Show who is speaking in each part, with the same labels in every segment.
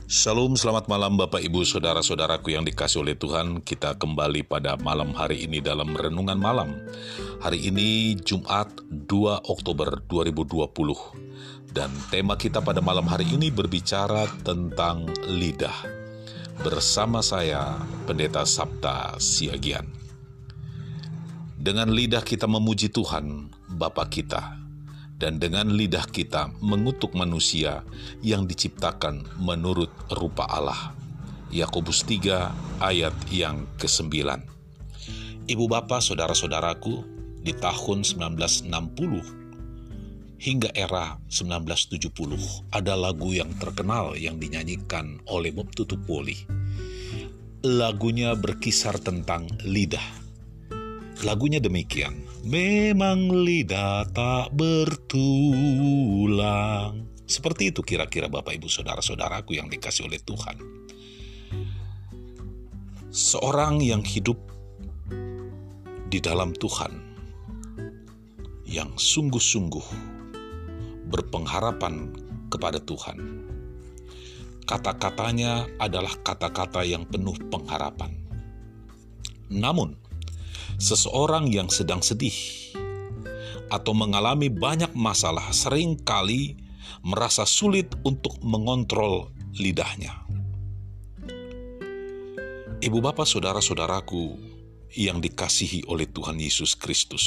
Speaker 1: Shalom, selamat malam Bapak Ibu Saudara-saudaraku yang dikasihi oleh Tuhan. Kita kembali pada malam hari ini dalam Renungan Malam. Hari ini Jumat 2 Oktober 2020. Dan tema kita pada malam hari ini berbicara tentang lidah. Bersama saya, Pendeta Sabta Siagian. Dengan lidah kita memuji Tuhan, Bapa kita. Dan dengan lidah kita mengutuk manusia yang diciptakan menurut rupa Allah. Yakobus 3 ayat yang ke-9. Ibu bapak saudara-saudaraku, di tahun 1960 hingga era 1970 ada lagu yang terkenal yang dinyanyikan oleh Bob Tutupoli. Lagunya berkisar tentang lidah. Lagunya demikian, memang lidah tak bertulang. Seperti itu kira-kira Bapak Ibu Saudara-saudaraku yang dikasihi oleh Tuhan. Seorang yang hidup di dalam Tuhan, yang sungguh-sungguh berpengharapan kepada Tuhan, kata-katanya adalah kata-kata yang penuh pengharapan. Namun, seseorang yang sedang sedih atau mengalami banyak masalah seringkali merasa sulit untuk mengontrol lidahnya. Ibu bapak saudara-saudaraku yang dikasihi oleh Tuhan Yesus Kristus,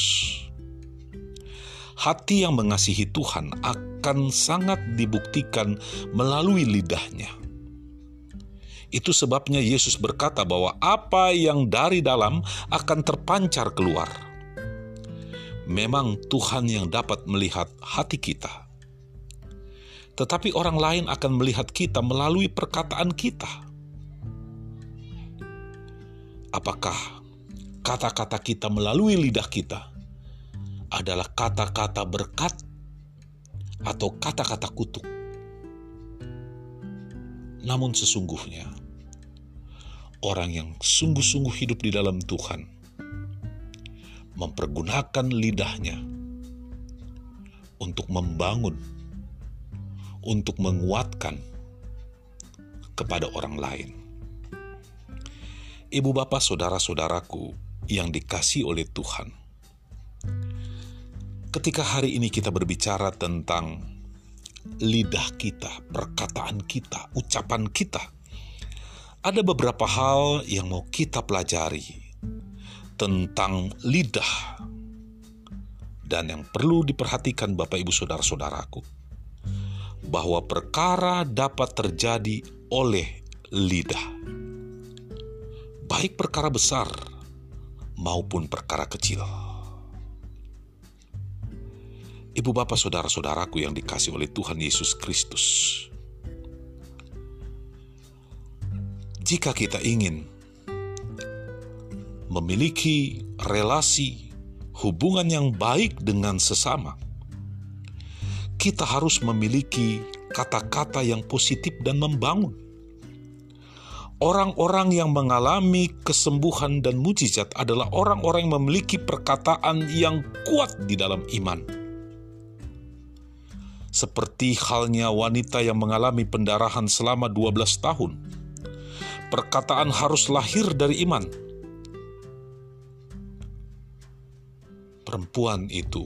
Speaker 1: hati yang mengasihi Tuhan akan sangat dibuktikan melalui lidahnya. Itu sebabnya Yesus berkata bahwa apa yang dari dalam akan terpancar keluar. Memang Tuhan yang dapat melihat hati kita. Tetapi orang lain akan melihat kita melalui perkataan kita. Apakah kata-kata kita melalui lidah kita adalah kata-kata berkat atau kata-kata kutuk? Namun sesungguhnya, orang yang sungguh-sungguh hidup di dalam Tuhan mempergunakan lidahnya untuk membangun, untuk menguatkan kepada orang lain. Ibu bapak saudara-saudaraku yang dikasihi oleh Tuhan, ketika hari ini kita berbicara tentang lidah kita, perkataan kita, ucapan kita, ada beberapa hal yang mau kita pelajari tentang lidah. Dan yang perlu diperhatikan Bapak Ibu Saudara-saudaraku, bahwa perkara dapat terjadi oleh lidah. Baik perkara besar maupun perkara kecil. Ibu bapak saudara-saudaraku yang dikasihi oleh Tuhan Yesus Kristus, jika kita ingin memiliki relasi hubungan yang baik dengan sesama, kita harus memiliki kata-kata yang positif dan membangun. Orang-orang yang mengalami kesembuhan dan mujizat adalah orang-orang yang memiliki perkataan yang kuat di dalam iman. Seperti halnya wanita yang mengalami pendarahan selama 12 tahun. Perkataan harus lahir dari iman. Perempuan itu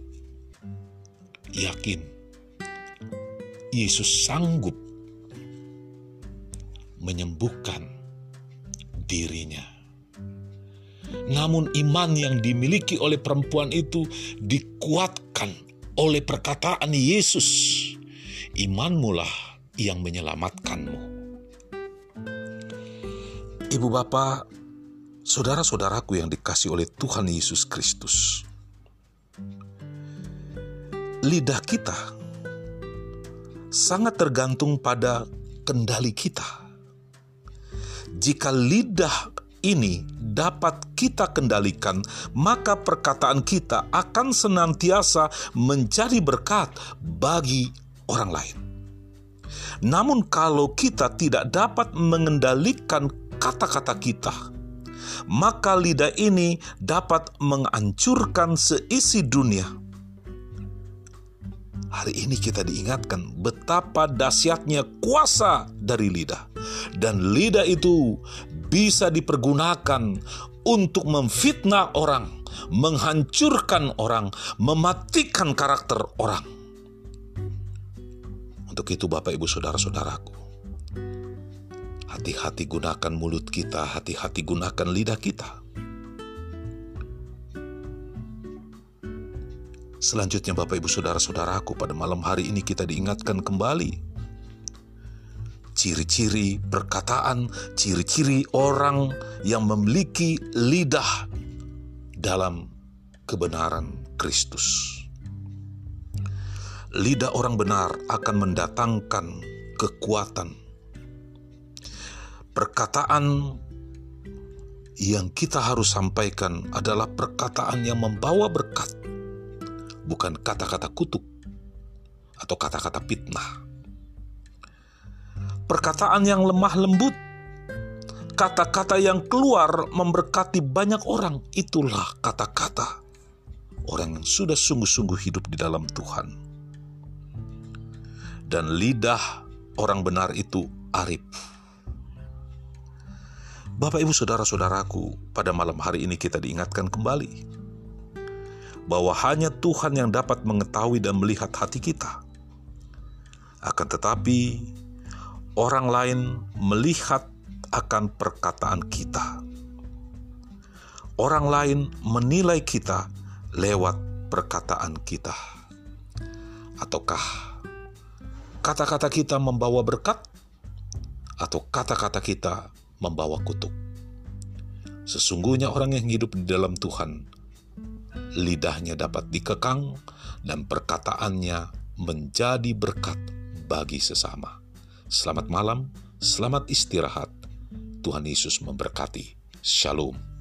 Speaker 1: yakin Yesus sanggup menyembuhkan dirinya. Namun iman yang dimiliki oleh perempuan itu dikuatkan oleh perkataan Yesus. Imanmulah yang menyelamatkanmu. Ibu bapak, saudara-saudaraku yang dikasihi oleh Tuhan Yesus Kristus, lidah kita sangat tergantung pada kendali kita. Jika lidah ini dapat kita kendalikan, maka perkataan kita akan senantiasa menjadi berkat bagi orang lain. Namun kalau kita tidak dapat mengendalikan kata-kata kita, maka lidah ini dapat menghancurkan seisi dunia. Hari ini kita diingatkan betapa dahsyatnya kuasa dari lidah. Dan lidah itu bisa dipergunakan untuk memfitnah orang, menghancurkan orang, mematikan karakter orang. Untuk itu Bapak Ibu Saudara-saudaraku, hati-hati gunakan mulut kita, hati-hati gunakan lidah kita. Selanjutnya Bapak Ibu Saudara-saudaraku, pada malam hari ini kita diingatkan kembali ciri-ciri perkataan, ciri-ciri orang yang memiliki lidah dalam kebenaran Kristus. Lidah orang benar akan mendatangkan kekuatan. Perkataan yang kita harus sampaikan adalah perkataan yang membawa berkat, bukan kata-kata kutuk atau kata-kata fitnah. Perkataan yang lemah lembut, kata-kata yang keluar memberkati banyak orang, itulah kata-kata orang yang sudah sungguh-sungguh hidup di dalam Tuhan. Dan lidah orang benar itu arif. Bapak Ibu Saudara-saudaraku, pada malam hari ini kita diingatkan kembali bahwa hanya Tuhan yang dapat mengetahui dan melihat hati kita. Akan tetapi orang lain melihat akan perkataan kita. Orang lain menilai kita lewat perkataan kita. Ataukah kata-kata kita membawa berkat atau kata-kata kita membawa kutuk? Sesungguhnya orang yang hidup di dalam Tuhan, lidahnya dapat dikekang dan perkataannya menjadi berkat bagi sesama. Selamat malam, selamat istirahat. Tuhan Yesus memberkati. Shalom.